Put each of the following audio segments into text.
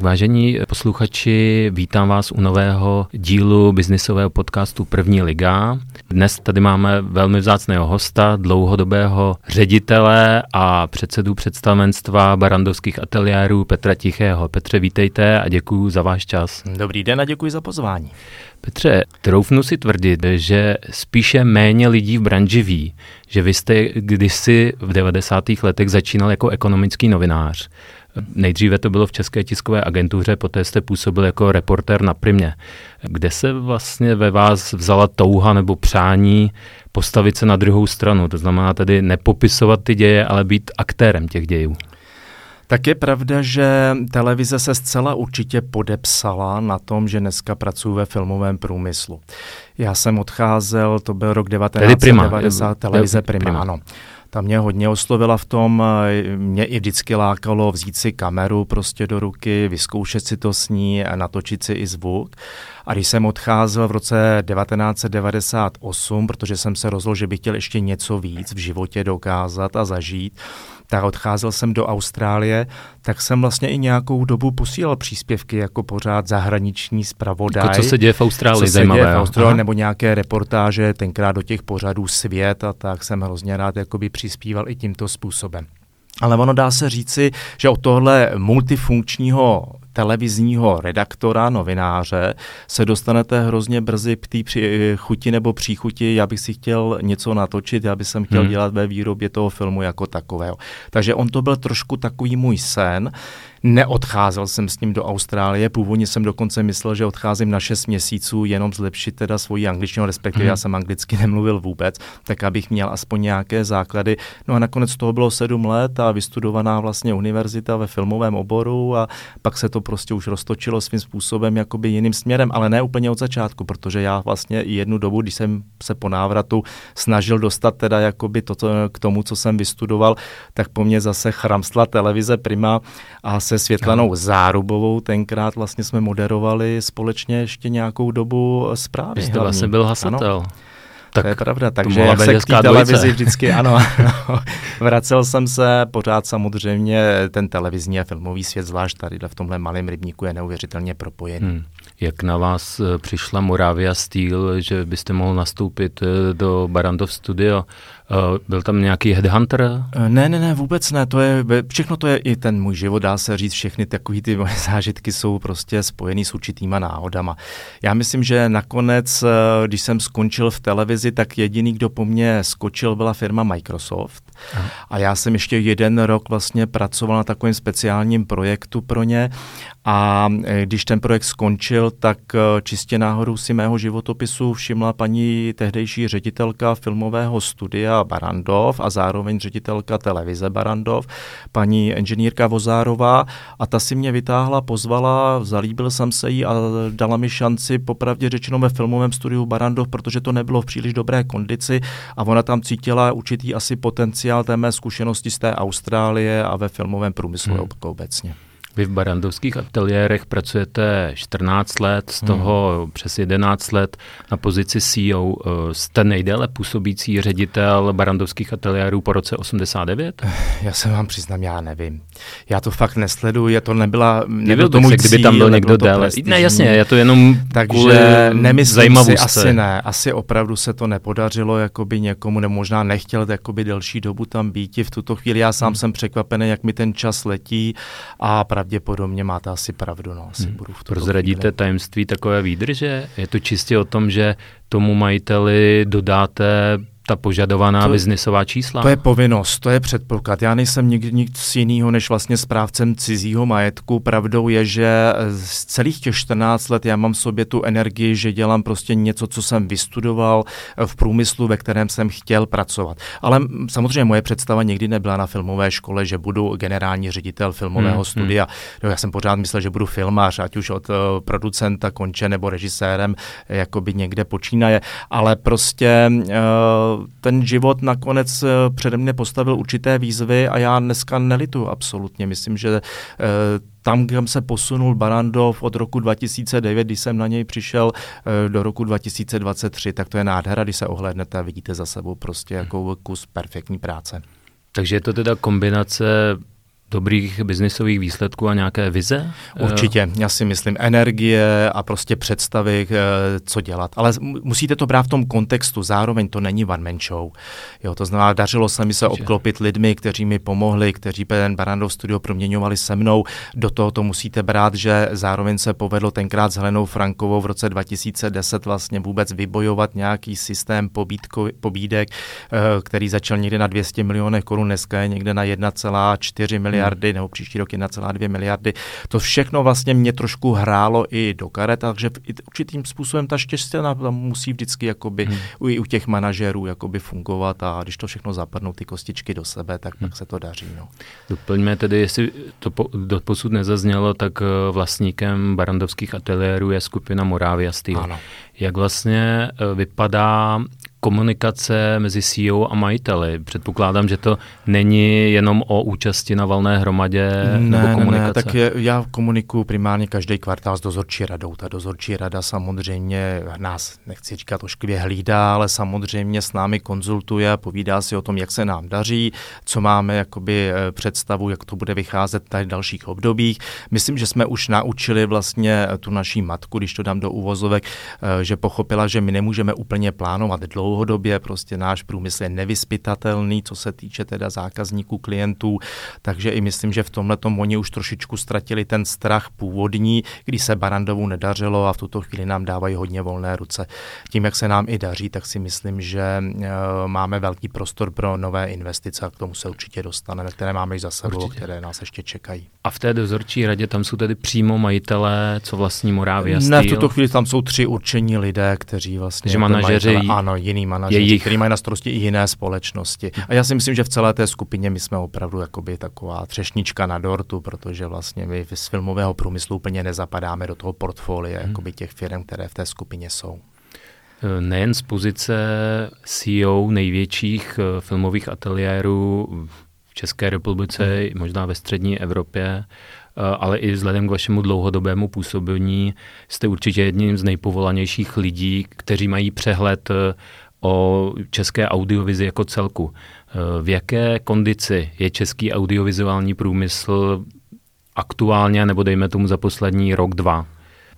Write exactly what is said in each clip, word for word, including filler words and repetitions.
vážení posluchači, vítám vás u nového dílu biznisového podcastu První liga. Dnes tady máme velmi vzácného hosta, dlouhodobého ředitele a předsedu představenstva barandovských ateliérů Petra Tichého. Petře, vítejte a děkuji za váš čas. Dobrý den a děkuji za pozvání. Petře, troufnu si tvrdit, že spíše méně lidí v branži ví, že vy jste kdysi v devadesátých letech začínal jako ekonomický novinář. Nejdříve to bylo v České tiskové agentuře, poté jste působil jako reportér na Primě. Kde se vlastně ve vás vzala touha nebo přání postavit se na druhou stranu? To znamená tedy nepopisovat ty děje, ale být aktérem těch dějů. Tak je pravda, že televize se zcela určitě podepsala na tom, že dneska pracuji ve filmovém průmyslu. Já jsem odcházel, to byl rok devatenáct set devadesát, televize Prima, Prima, ano. Ta mě hodně oslovila v tom, mě i vždycky lákalo vzít si kameru prostě do ruky, vyzkoušet si to s ní a natočit si i zvuk. A když jsem odcházel v roce devatenáct set devadesát osm, protože jsem se rozhodl, že bych chtěl ještě něco víc v životě dokázat a zažít, tak odcházel jsem do Austrálie, tak jsem vlastně i nějakou dobu posílal příspěvky jako pořád zahraniční zpravodaj. Jako co se děje v Austrálii, co zajímavé. Se děje v Austrálii, nebo nějaké reportáže, tenkrát do těch pořadů Svět a tak jsem hrozně rád jakoby přispíval i tímto způsobem. Ale ono dá se říci, že od tohle multifunkčního televizního redaktora, novináře, se dostanete hrozně brzy k té chuti nebo příchuti, já bych si chtěl něco natočit, já bych chtěl hmm. dělat ve výrobě toho filmu jako takového. Takže on to byl trošku takový můj sen. Neodcházel jsem s ním do Austrálie, původně jsem dokonce myslel, že odcházím na šest měsíců jenom zlepšit teda svoji angličtinu, respektive hmm. já jsem anglicky nemluvil vůbec, tak abych měl aspoň nějaké základy. No a nakonec toho bylo sedm let a vystudovaná vlastně univerzita ve filmovém oboru a pak se to prostě už roztočilo svým způsobem jakoby jiným směrem, ale ne úplně od začátku, protože já vlastně jednu dobu, když jsem se po návratu snažil dostat teda jakoby to, k tomu, co jsem vystudoval, tak po mně zase chramstla televize Prima a se Světlanou Zárubovou tenkrát vlastně jsme moderovali společně ještě nějakou dobu zprávy. Vy jste vlastně byl hasatel. Tak to je pravda, takže jak se k té televizi vždycky, ano, ano, vracel jsem se, pořád samozřejmě ten televizní a filmový svět, zvlášť tady v tomhle malém rybníku, je neuvěřitelně propojený. Hmm. Jak na vás přišla Moravia Steel, že byste mohl nastoupit do Barandov Studio? Byl tam nějaký headhunter? Ne, ne, ne, vůbec ne. To je, všechno to je i ten můj život, dá se říct, všechny takový ty moje zážitky jsou prostě spojený s určitýma náhodama. Já myslím, že nakonec, když jsem skončil v televizi, tak jediný, kdo po mně skočil, byla firma Microsoft. Aha. A já jsem ještě jeden rok vlastně pracoval na takovém speciálním projektu pro ně a když ten projekt skončil, tak čistě náhodou si mého životopisu všimla paní tehdejší ředitelka filmového studia Barandov a zároveň ředitelka televize Barandov, paní inženýrka Vozárová, a ta si mě vytáhla, pozvala, zalíbil jsem se jí a dala mi šanci popravdě řečeno ve filmovém studiu Barandov, protože to nebylo v příliš dobré kondici a ona tam cítila určitý asi potenciál té mé zkušenosti z té Austrálie a ve filmovém průmyslu hmm. obecně. Vy v barandovských ateliérech pracujete čtrnáct let, z toho hmm. přes jedenáct let na pozici C E O. Jste nejdéle působící ředitel barandovských ateliérů po roce osmdesát devět? Já se vám přiznám, já nevím. Já to fakt nesleduji, to nebyla... Nebyl bych se, kdyby tam byl někdo déle. Ne, jasně, je to jenom takže nemyslím si, asi ne. Asi opravdu se to nepodařilo jakoby někomu, nebo možná nechtěl jakoby delší dobu tam být. V tuto chvíli já sám hmm. jsem překvapený, jak mi ten čas letí a pravděpodobně máte asi pravdu. No, asi hmm. budu v Prozradíte chvíli. Tajemství takové výdrže? Je to čistě o tom, že tomu majiteli dodáte ta požadovaná to, biznisová čísla? To je povinnost, to je předpoklad. Já nejsem nik, nic jiného než vlastně správcem cizího majetku. Pravdou je, že z celých těch čtrnáct let já mám v sobě tu energii, že dělám prostě něco, co jsem vystudoval v průmyslu, ve kterém jsem chtěl pracovat. Ale samozřejmě moje představa nikdy nebyla na filmové škole, že budu generální ředitel filmového hmm, studia. Hmm. Já jsem pořád myslel, že budu filmář, ať už od uh, producenta konče nebo režisérem, jakoby někde počínaje. Ale prostě uh, ten život nakonec přede mě postavil určité výzvy a já dneska nelituju absolutně. Myslím, že tam, kam se posunul Barandov od roku dva tisíce devět, když jsem na něj přišel do roku dva tisíce dvacet tři, tak to je nádhera, když se ohlédnete a vidíte za sebou prostě jako kus perfektní práce. Takže je to teda kombinace dobrých biznisových výsledků a nějaké vize? Určitě, já si myslím energie a prostě představy, co dělat. Ale musíte to brát v tom kontextu, zároveň to není one man show. Jo, to znamená, dařilo se mi se obklopit lidmi, kteří mi pomohli, kteří ten Barrandov studio proměňovali se mnou. Do toho to musíte brát, že zároveň se povedlo tenkrát s Helenou Frankovou v roce dva tisíce deset vlastně vůbec vybojovat nějaký systém pobídko, pobídek, který začal někde na dvě stě milionů korun, dneska je někde na jedna celá čtyři miliardy, hmm. nebo příští rok jedna celá dvě miliardy. To všechno vlastně mě trošku hrálo i do karet, takže určitým způsobem ta štěstěna tam musí vždycky jakoby hmm. u, u těch manažerů jakoby fungovat a když to všechno zapadnou ty kostičky do sebe, tak hmm. pak se to daří. No. Doplňme tedy, jestli to po, doposud nezaznělo, tak vlastníkem barrandovských ateliérů je skupina Moravia Steel. Ano. Jak vlastně vypadá komunikace mezi C E O a majiteli? Předpokládám, že to není jenom o účasti na valné hromadě ne, nebo komunikace. Ne, ne, tak je, já komunikuju primárně každý kvartál s dozorčí radou. Ta dozorčí rada samozřejmě nás, nechci říkat ošklivě hlídá, ale samozřejmě s námi konzultuje, povídá si o tom, jak se nám daří, co máme jakoby představu, jak to bude vycházet v dalších obdobích. Myslím, že jsme už naučili vlastně tu naší matku, když to dám do uvozovek, že pochopila, že my nemůžeme úplně plánovat dlouhodobě, prostě náš průmysl je nevyzpytatelný, co se týče teda zákazníků, klientů, takže i myslím, že v tomhletom oni už trošičku ztratili ten strach původní, kdy se Barrandovu nedařilo a v tuto chvíli nám dávají hodně volné ruce. Tím, jak se nám i daří, tak si myslím, že uh, máme velký prostor pro nové investice a k tomu se určitě dostaneme, které máme i za sebou, které nás ještě čekají. A v té dozorčí radě tam jsou tedy přímo majitelé, co vlastní Moravia Steel? Ne, v tuto chvíli tam jsou tři určení lidé, kteří vlastně... Takže manažeři... Majitele, ano, jiný manažeři, jejich... kteří mají na starosti i jiné společnosti. A já si myslím, že v celé té skupině my jsme opravdu jakoby taková třešnička na dortu, protože vlastně my z filmového průmyslu úplně nezapadáme do toho portfolia hmm. jakoby těch firm, které v té skupině jsou. Nejen z pozice C E O největších filmových ateliérů v České republice, hmm. možná ve střední Evropě, ale i vzhledem k vašemu dlouhodobému působení jste určitě jedním z nejpovolanějších lidí, kteří mají přehled o české audiovizi jako celku. V jaké kondici je český audiovizuální průmysl aktuálně, nebo dejme tomu za poslední rok, dva?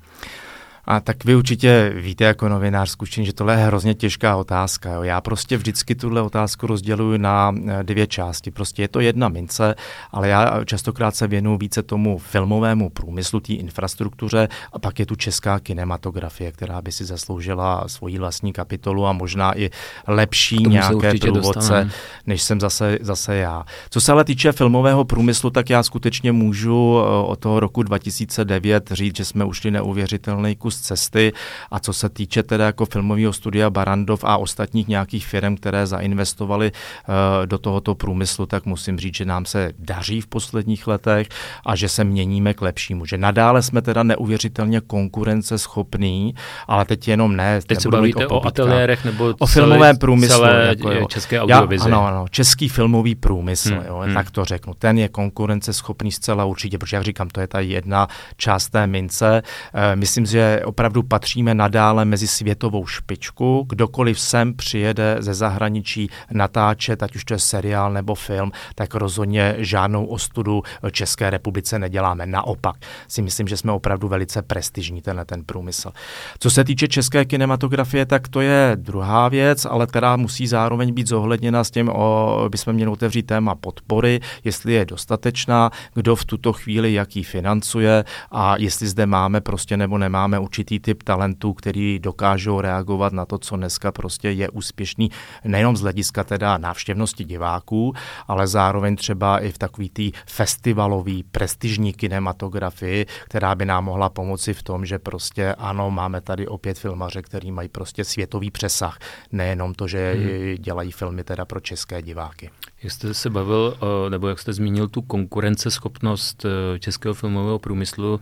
A tak vy určitě víte jako novinář zkušený, že tohle je hrozně těžká otázka. Jo. Já prostě vždycky tuhle otázku rozděluji na dvě části. Prostě je to jedna mince, ale já častokrát se věnuju více tomu filmovému průmyslu, té infrastruktuře a pak je tu česká kinematografie, která by si zasloužila svoji vlastní kapitolu a možná i lepší nějaké průvodce, než jsem zase, zase já. Co se ale týče filmového průmyslu, tak já skutečně můžu od toho roku dva tisíce devět říct, že jsme ušli neuvěřitelný kus cesty a co se týče teda jako filmového studia Barrandov a ostatních nějakých firm, které zainvestovaly uh, do tohoto průmyslu, tak musím říct, že nám se daří v posledních letech a že se měníme k lepšímu. Že nadále jsme teda neuvěřitelně konkurenceschopní, ale teď jenom ne. Teď se bavíte o, o ateliérech nebo o filmovém průmyslu. Celé jako, jo. české audiovizi. Ano, ano, český filmový průmysl, hmm, jo, hmm. tak to řeknu. Ten je konkurenceschopný zcela určitě, protože jak říkám, to je ta jedna část té mince. E, myslím, že opravdu patříme nadále mezi světovou špičku. Kdokoliv sem přijede ze zahraničí natáčet, ať už to je seriál nebo film, tak rozhodně žádnou ostudu České republice neděláme. Naopak si myslím, že jsme opravdu velice prestižní tenhle ten průmysl. Co se týče české kinematografie, tak to je druhá věc, ale která musí zároveň být zohledněna s tím, o, bychom měli otevřít téma podpory, jestli je dostatečná, kdo v tuto chvíli jaký financuje a jestli zde máme prostě nebo nemáme určitý typ talentů, který dokážou reagovat na to, co dneska prostě je úspěšný, nejenom z hlediska teda návštěvnosti diváků, ale zároveň třeba i v takový tý festivalový, prestižní kinematografii, která by nám mohla pomoci v tom, že prostě ano, máme tady opět filmaře, který mají prostě světový přesah, nejenom to, že hmm. dělají filmy teda pro české diváky. Jak jste se bavil, nebo jak jste zmínil tu konkurenceschopnost českého filmového průmyslu,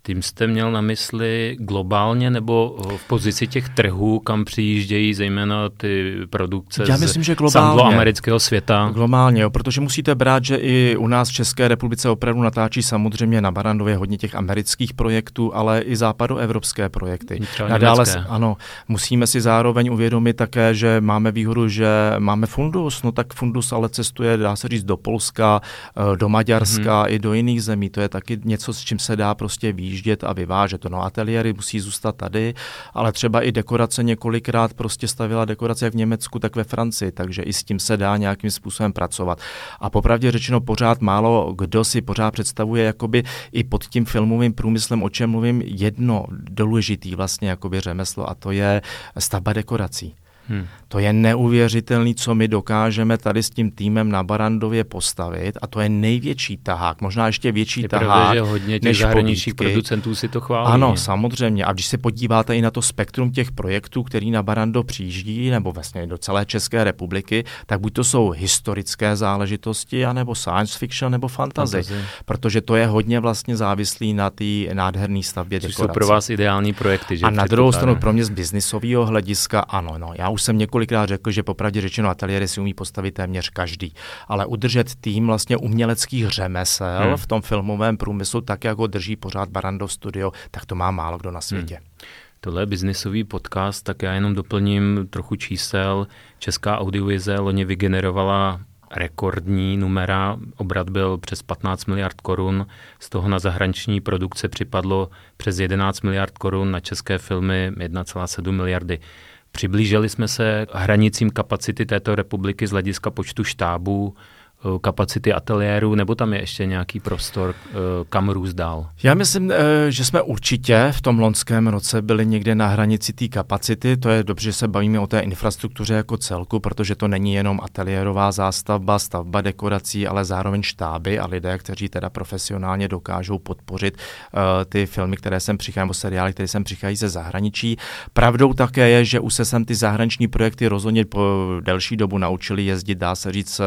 Tím jste měl na mysli globálně nebo v pozici těch trhů, kam přijíždějí zejména ty produkce Já myslím, z že globálně, angloamerického světa? Globálně, jo, protože musíte brát, že i u nás v České republice opravdu natáčí samozřejmě na Barrandově hodně těch amerických projektů, ale i západoevropské projekty. Nadále, ano, musíme si zároveň uvědomit také, že máme výhodu, že máme fundus, no tak fundus ale cestuje, dá se říct, do Polska, do Maďarska hmm. i do jiných zemí. To je taky něco, s čím se dá prostě výjíždět a vyvážet. No, ateliéry musí zůstat tady, ale třeba i dekorace několikrát prostě stavila dekorace jak v Německu, tak ve Francii, takže i s tím se dá nějakým způsobem pracovat. A popravdě řečeno pořád málo kdo si pořád představuje jakoby i pod tím filmovým průmyslem, o čem mluvím, jedno důležitý vlastně jakoby řemeslo, a to je stavba dekorací. Hmm. To je neuvěřitelný, co my dokážeme tady s tím týmem na Barrandově postavit, a to je největší tahák, možná ještě větší je tahák. Je pravda, že hodně těch zahraničních producentů si to chválí. Ano, samozřejmě. A když se podíváte i na to spektrum těch projektů, který na Barrando přijíždí, nebo vlastně do celé České republiky, tak buď to jsou historické záležitosti, anebo science fiction, nebo fantasy. fantasy. Protože to je hodně vlastně závislý na té nádherné stavbě dekorace. Což jsou pro vás ideální projekty, že? A na druhou stranu pro mě z biznisového hlediska ano, no. Já už jsem několikrát řekl, že popravdě řečeno ateliéry si umí postavit téměř každý. Ale udržet tým vlastně uměleckých řemesel hmm. v tom filmovém průmyslu, tak jak ho drží pořád Barrandov Studio, tak to má málo kdo na světě. Hmm. Tohle je biznisový podcast, tak já jenom doplním trochu čísel. Česká audiovize loni vygenerovala rekordní numera, obrat byl přes patnáct miliard korun, z toho na zahraniční produkce připadlo přes jedenáct miliard korun, na české filmy jedna celá sedm miliardy. Přiblížili jsme se hranicím kapacity této republiky z hlediska počtu štábů, kapacity ateliérů, nebo tam je ještě nějaký prostor, kam růst dál? Já myslím, že jsme určitě v tom loňském roce byli někde na hranici té kapacity. To je dobře, že se bavíme o té infrastruktuře jako celku, protože to není jenom ateliérová zástavba, stavba dekorací, ale zároveň štáby a lidé, kteří teda profesionálně dokážou podpořit uh, ty filmy, které sem přicházejí, nebo seriály, které sem přicházejí ze zahraničí. Pravdou také je, že už se sem ty zahraniční projekty rozhodně po delší dobu naučili jezdit, dá se říct,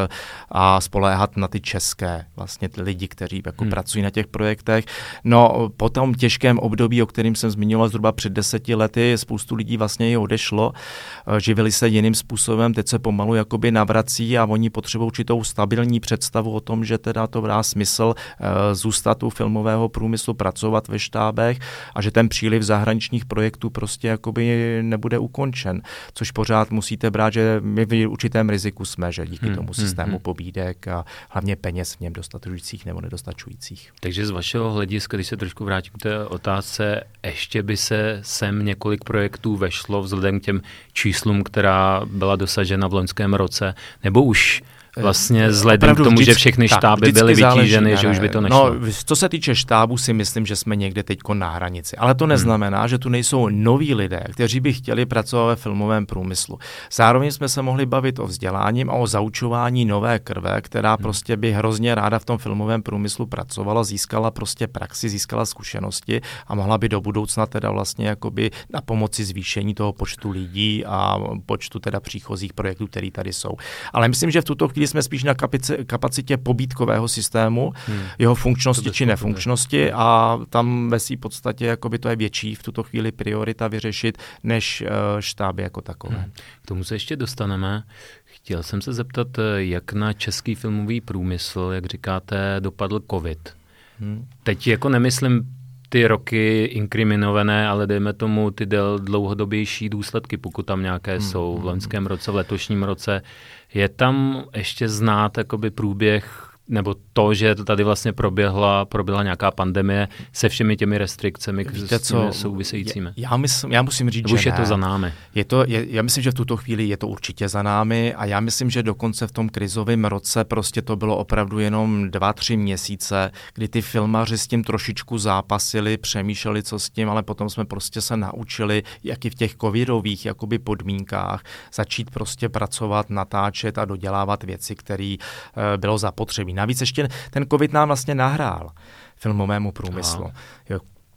a spoléhat na ty české vlastně ty lidi, kteří jako hmm. pracují na těch projektech. No po tom těžkém období, o kterém jsem zmiňoval zhruba před deseti lety, spoustu lidí vlastně i odešlo, živili se jiným způsobem, teď se pomalu jakoby navrací a oni potřebují určitou stabilní představu o tom, že teda to dá smysl zůstat u filmového průmyslu, pracovat ve štábech a že ten příliv zahraničních projektů prostě jakoby nebude ukončen, což pořád musíte brát, že my v určitém riziku jsme, že díky hmm. tomu systému hmm. pobídek a hlavně peněz v něm dostačujících nebo nedostačujících. Takže z vašeho hlediska, když se trošku vrátím k té otázce, ještě by se sem několik projektů vešlo vzhledem k těm číslům, která byla dosažena v loňském roce, nebo už vlastně vzhledem k tomu, vždycky, že všechny štáby tak, byly vytíženy, že už by to nešlo. No, co se týče štábu, si myslím, že jsme někde teďko na hranici. Ale to neznamená, hmm. že tu nejsou noví lidé, kteří by chtěli pracovat ve filmovém průmyslu. Zároveň jsme se mohli bavit o vzděláním a o zaučování nové krve, která hmm. prostě by hrozně ráda v tom filmovém průmyslu pracovala, získala prostě praxi, získala zkušenosti a mohla by do budoucna teda vlastně jakoby na pomoci zvýšení toho počtu lidí a počtu teda příchozích projektů, které tady jsou. Ale myslím, že v tuto chvíli jsme spíš na kapacitě, kapacitě pobídkového systému, hmm. jeho funkčnosti či nefunkčnosti a tam ve své podstatě jakoby to je větší v tuto chvíli priorita vyřešit, než uh, štáby jako takové. Hmm. K tomu se ještě dostaneme. Chtěl jsem se zeptat, jak na český filmový průmysl, jak říkáte, dopadl covid. Hmm. Teď jako nemyslím ty roky inkriminované, ale dejme tomu ty dlouhodobější důsledky, pokud tam nějaké hmm. jsou v loňském roce, v letošním roce. Je tam ještě znát jakoby průběh, nebo to, že to tady vlastně proběhla, proběhla nějaká pandemie se všemi těmi restrikcemi, Víte s těmi souvisejícími? Já, myslím, já musím říct, Nebo že je to za námi. Je to, je, já myslím, že v tuto chvíli je to určitě za námi a já myslím, že dokonce v tom krizovém roce prostě to bylo opravdu jenom dva, tři měsíce, kdy ty filmaři s tím trošičku zápasili, přemýšleli, co s tím, ale potom jsme prostě se naučili, jak i v těch covidových jakoby podmínkách začít prostě pracovat, natáčet a dodělávat věci, které uh, bylo zapotřebí. Navíc ještě ten covid nám vlastně nahrál filmovému průmyslu. Jo,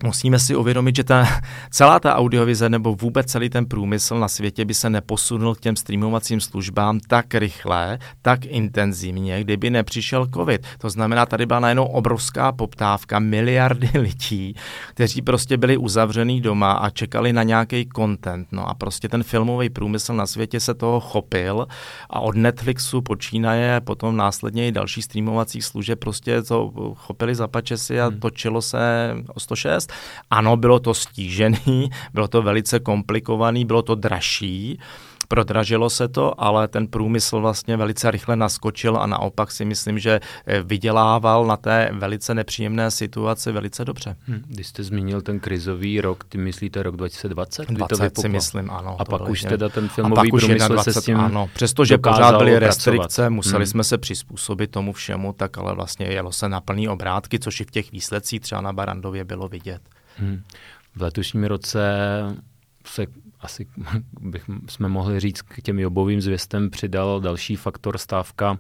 musíme si uvědomit, že ta, celá ta audiovize nebo vůbec celý ten průmysl na světě by se neposunul k těm streamovacím službám tak rychle, tak intenzivně, kdyby nepřišel covid. To znamená, tady byla najednou obrovská poptávka, miliardy lidí, kteří prostě byli uzavřený doma a čekali na nějaký content. No a prostě ten filmový průmysl na světě se toho chopil a od Netflixu počínaje, potom následně i další streamovacích služeb prostě to chopili za pačesy a točilo se o sto šest. Ano, bylo to stížený, bylo to velice komplikovaný, bylo to dražší, prodražilo se to, ale ten průmysl vlastně velice rychle naskočil a naopak si myslím, že vydělával na té velice nepříjemné situaci velice dobře. Hmm, když jste zmínil ten krizový rok, ty myslíte rok dva tisíce dvacet? dvacet si myslím, ano. A pak byly, už teda ten filmový průmysl se s tím ano. Přestože pořád byly restrikce, pracovat. museli hmm. jsme se přizpůsobit tomu všemu, tak ale vlastně jelo se na plný obrátky, což i v těch výsledcích třeba na Barrandově bylo vidět. Hmm. V letošním roce se asi bych, jsme mohli říct, k těm jobovým zvěstem přidal další faktor stávka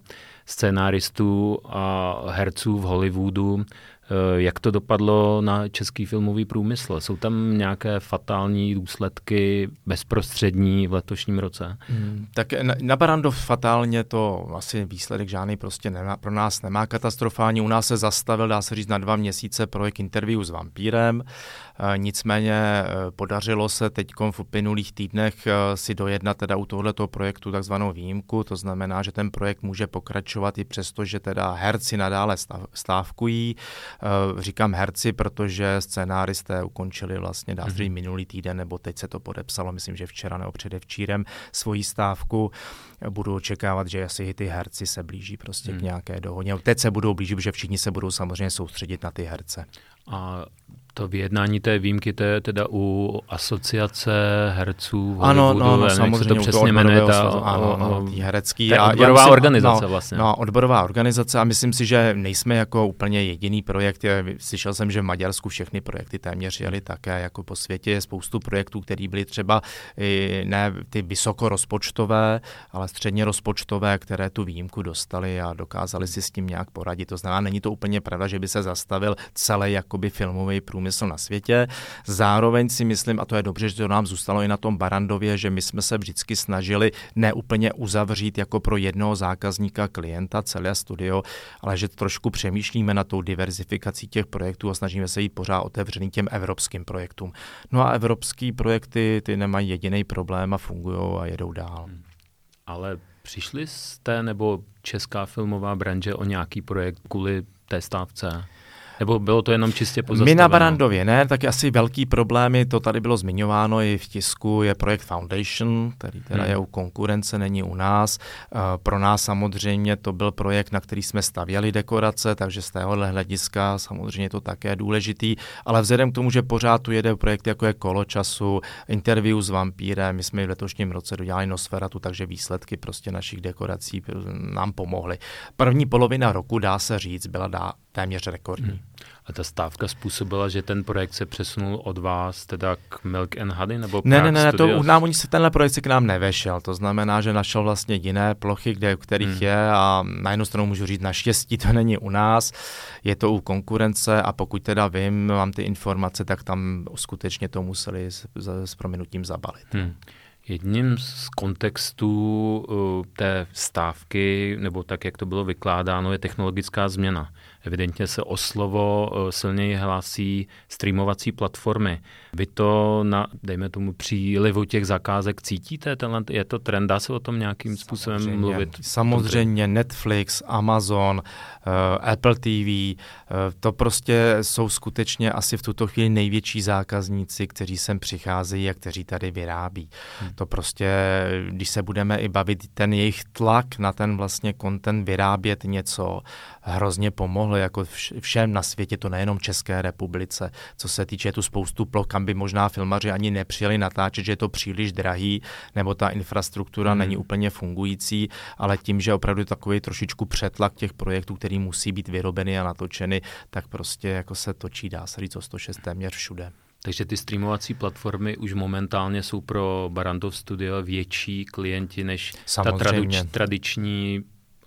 scénáristů a herců v Hollywoodu. Jak to dopadlo na český filmový průmysl? Jsou tam nějaké fatální důsledky bezprostřední v letošním roce? Hmm, tak na, na Barrandov fatálně to asi výsledek žádný prostě nemá, pro nás nemá katastrofální. U nás se zastavil, dá se říct, na dva měsíce projekt Interview s vampírem. E, nicméně e, podařilo se teď v uplynulých týdnech e, si dojednat teda u tohoto projektu takzvanou výjimku. To znamená, že ten projekt může pokračovat i přesto, že teda herci nadále stav, stávkují. Uh, říkám herci, protože scénáristé ukončili vlastně dá se říct minulý týden, nebo teď se to podepsalo, myslím, že včera nebo předevčírem svoji stávku. Budu očekávat, že asi ty herci se blíží prostě hmm. k nějaké dohodě. Teď se budou blížit, protože všichni se budou samozřejmě soustředit na ty herce. A to vyjednání té výjimky, to je teda u asociace herců v ano, Hollywoodu, no, no, samozřejmě, to přesně jmenuje ta, ano, no, tý herecký. To je odborová myslím, organizace no, vlastně. No, odborová organizace a myslím si, že nejsme jako úplně jediný projekt. Slyšel jsem, že v Maďarsku všechny projekty téměř jeli také, jako po světě je spoustu projektů, které byly třeba i ne ty vysokorozpočtové, ale středně rozpočtové, které tu výjimku dostali a dokázali si s tím nějak poradit. To znamená, není to úplně pravda, že by se zastavil celý jakoby filmový průmysl na světě. Zároveň si myslím, a to je dobře, že to nám zůstalo i na tom Barrandově, že my jsme se vždycky snažili neúplně uzavřít jako pro jednoho zákazníka, klienta, celé studio, ale že trošku přemýšlíme na tou diverzifikací těch projektů a snažíme se jít pořád otevřený těm evropským projektům. No a evropský projekty, ty nemají jediný problém a fungují a jedou dál. Hmm. Ale přišli jste nebo česká filmová branže o nějaký projekt kvůli té stávce? Nebo bylo to jenom čistě pozastaveno? My na Barrandově ne, tak asi velký problémy, to tady bylo zmiňováno i v tisku, je projekt Foundation, který teda hmm. je u konkurence, není u nás. Pro nás samozřejmě to byl projekt, na který jsme stavěli dekorace, takže z téhohle hlediska samozřejmě to také důležitý, ale vzhledem k tomu, že pořád tu jede projekt, jako je Kolo času, Interview s vampírem, my jsme v letošním roce dodělali Nosferatu, takže výsledky prostě našich dekorací nám pomohly. První polovina roku, dá se říct, byla dá téměř rekordní. Hmm. A ta stávka způsobila, že ten projekt se přesunul od vás teda k Milk and Honey nebo Ne, ne, ne, to, nám, oni se tenhle projekt se k nám nevešel. To znamená, že našel vlastně jiné plochy, kde, kterých hmm. je a na jednu stranu můžu říct, naštěstí to není u nás, je to u konkurence a pokud teda vím, mám ty informace, tak tam skutečně to museli s, s prominutím zabalit. Hmm. Jedním z kontextů uh, té stávky, nebo tak, jak to bylo vykládáno, je technologická změna. Evidentně se o slovo uh, silněji hlásí streamovací platformy. Vy to na, dejme tomu, přílivu těch zakázek cítíte? Tenhle, je to trend? Dá se o tom nějakým způsobem samozřejmě, mluvit? Samozřejmě Netflix, Amazon, uh, Apple T V, uh, to prostě jsou skutečně asi v tuto chvíli největší zákazníci, kteří sem přicházejí a kteří tady vyrábí. Hmm. To prostě, když se budeme i bavit, ten jejich tlak na ten vlastně content vyrábět něco hrozně pomohlo, jako všem na světě, to nejenom České republice. Co se týče tu spoustu ploch, kam by možná filmaři ani nepřijeli natáčet, že je to příliš drahý, nebo ta infrastruktura hmm. není úplně fungující, ale tím, že opravdu takový trošičku přetlak těch projektů, který musí být vyrobeny a natočeny, tak prostě jako se točí, dá se říct, o sto šest téměř všude. Takže ty streamovací platformy už momentálně jsou pro Barrandov Studio větší klienti než samozřejmě. ta traduč, tradiční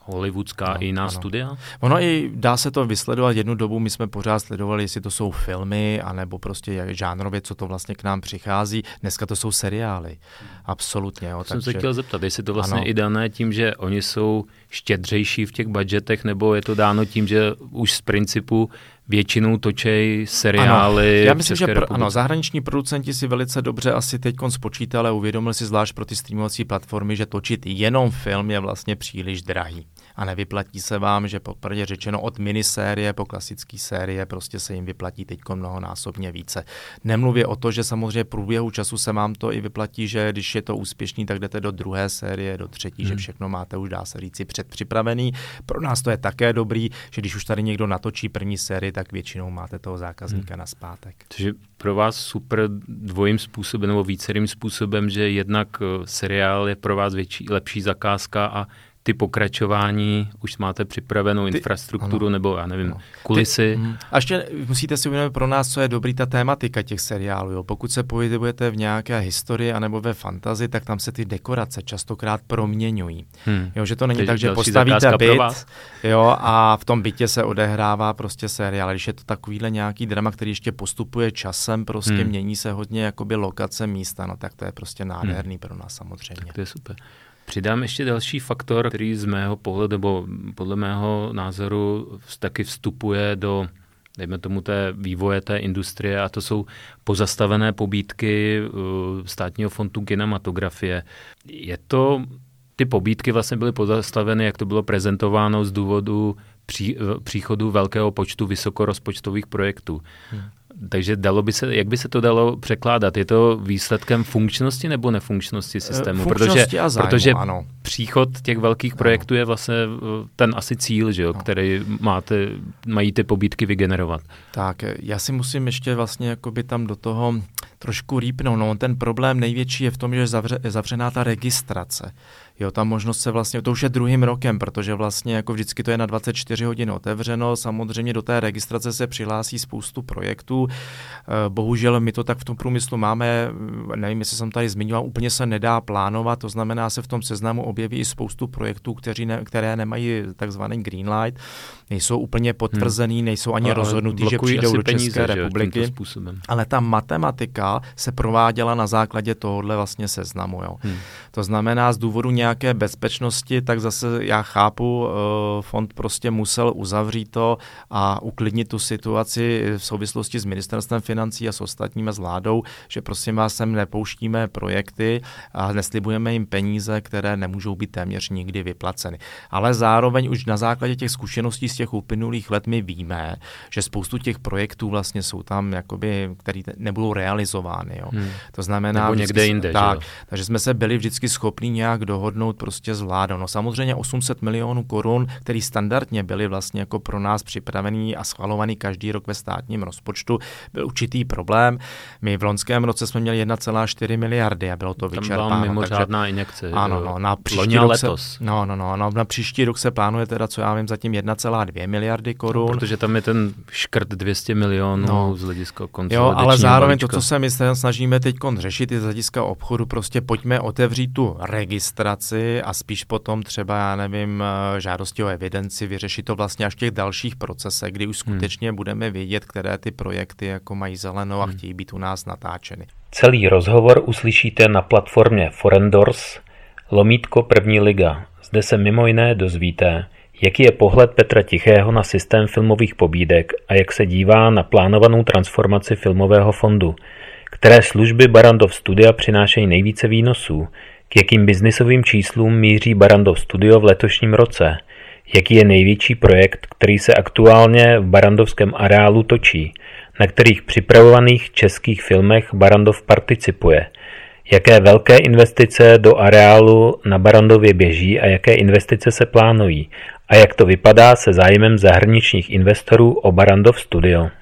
hollywoodská no, i jiná ano. studia? Ono i dá se to vysledovat jednu dobu, my jsme pořád sledovali, jestli to jsou filmy, anebo prostě jak žánrově, co to vlastně k nám přichází. Dneska to jsou seriály. Absolutně. Jo, jsem takže... se chtěl zeptat, jestli to vlastně ano. i dané tím, že oni jsou štědřejší v těch budgetech, nebo je to dáno tím, že už z principu většinou točej seriály. Ano, já myslím, že pr- ano, zahraniční producenti si velice dobře asi teď spočítali a uvědomili si zvlášť pro ty streamovací platformy, že točit jenom film je vlastně příliš drahý. A nevyplatí se vám, že popravdě řečeno od minisérie po klasické série prostě se jim vyplatí teď mnohonásobně více. Nemluvě o to, že samozřejmě v průběhu času se vám to i vyplatí, že když je to úspěšný, tak jdete do druhé série, do třetí, hmm. že všechno máte už, dá se říci, předpřipravený. Pro nás to je také dobrý, že když už tady někdo natočí první sérii, tak většinou máte toho zákazníka hmm. nazpátek. Takže pro vás super dvojím způsobem nebo vícerým způsobem, že jednak seriál je pro vás větší, lepší zakázka a ty pokračování, už máte připravenou ty, infrastrukturu ano, nebo já nevím, ano. kulisy. Ty, mm. A ještě musíte si uvědomit pro nás, co je dobrý ta tématika těch seriálů. Jo. Pokud se pohybujete v nějaké historii anebo ve fantazii, tak tam se ty dekorace častokrát proměňují. Hmm. Jo, že to není Teď tak, že postavíte byt jo, a v tom bytě se odehrává prostě seriál. Když je to takovýhle nějaký drama, který ještě postupuje časem, prostě hmm. mění se hodně jakoby lokace místa, no tak to je prostě nádherný hmm. pro nás samozřejmě. Tak to je super. Přidám ještě další faktor, který z mého pohledu, nebo podle mého názoru taky vstupuje do, dejme tomu, té vývoje té industrie, a to jsou pozastavené pobídky Státního fondu kinematografie. Je to, ty pobídky vlastně byly pozastaveny, jak to bylo prezentováno z důvodu pří, příchodu velkého počtu vysokorozpočtových projektů. Hmm. Takže dalo by se, jak by se to dalo překládat? Je to výsledkem funkčnosti nebo nefunkčnosti systému? Funkčnosti protože, a zájmu, protože ano. příchod těch velkých projektů ano. je vlastně ten asi cíl, že jo, který máte, mají ty pobídky vygenerovat. Tak, já si musím ještě vlastně jakoby tam do toho trošku rýpnout. No, ten problém největší je v tom, že je zavře, zavřená ta registrace. Jo, ta možnost se vlastně, to už je druhým rokem, protože vlastně jako vždycky to je na dvacet čtyři hodin otevřeno, samozřejmě do té registrace se přihlásí spoustu projektů, bohužel my to tak v tom průmyslu máme, nevím, jestli jsem tady zmiňoval, úplně se nedá plánovat, to znamená, se v tom seznamu objeví i spoustu projektů, kteří ne, které nemají takzvaný green light, nejsou úplně potvrzený, nejsou ani rozhodnutý, že přijdou do peníze, České republiky, ale ta matematika se prováděla na základě tohohle vlastně seznamu. Jo. Hmm. To znamená, z důvodu nějaké bezpečnosti, tak zase já chápu, fond prostě musel uzavřít to a uklidnit tu situaci v souvislosti s ministerstvem financí a s ostatními s vládou, že prosím vás sem nepouštíme projekty a neslibujeme jim peníze, které nemůžou být téměř nikdy vyplaceny. Ale zároveň už na základě těch zkušeností z těch uplynulých let my víme, že spoustu těch projektů vlastně jsou tam, jakoby, které nebudou realizovány. Jo. Hmm. To znamená, nebo někde jinde. Tak, takže jsme se byli vždycky schopni nějak dohodnout prostě s vládou. No samozřejmě osm set milionů korun, který standardně byly vlastně jako pro nás připravený a schvalovaný každý rok ve státním rozpočtu, byl určitý problém. My v loňském roce jsme měli jedna celá čtyři miliardy a bylo to tam vyčerpáno. Tam byla mimořádná injekce. Ano, no, na příští rok se, no, no, no, no, na příští rok se plánuje teda, co já vím, zatím jedna celá dvě miliardy korun. No, protože tam je ten škrt dvě stě milionů no. z hlediska konsolidačního. Jo, ale zároveň balíčka. To, co se my snažíme teď řešit, je z hlediska obchodu, prostě pojďme otevřít tu registraci a spíš potom třeba, já nevím, žádosti o evidenci, vyřešit to vlastně až v těch dalších procesech, kdy už skutečně hmm. budeme vědět, které ty projekty jako mají zelenou a hmm. chtějí být u nás natáčeny. Celý rozhovor uslyšíte na platformě Forendors, lomítko první liga. Zde se mimo jiné dozvíte, jaký je pohled Petra Tichého na systém filmových pobídek a jak se dívá na plánovanou transformaci filmového fondu, které služby Barrandov Studia přinášejí nejvíce výnosů, k jakým biznisovým číslům míří Barrandov Studio v letošním roce, jaký je největší projekt, který se aktuálně v barrandovském areálu točí, na kterých připravovaných českých filmech Barrandov participuje, jaké velké investice do areálu na Barrandově běží a jaké investice se plánují a jak to vypadá se zájmem zahraničních investorů o Barrandov Studio.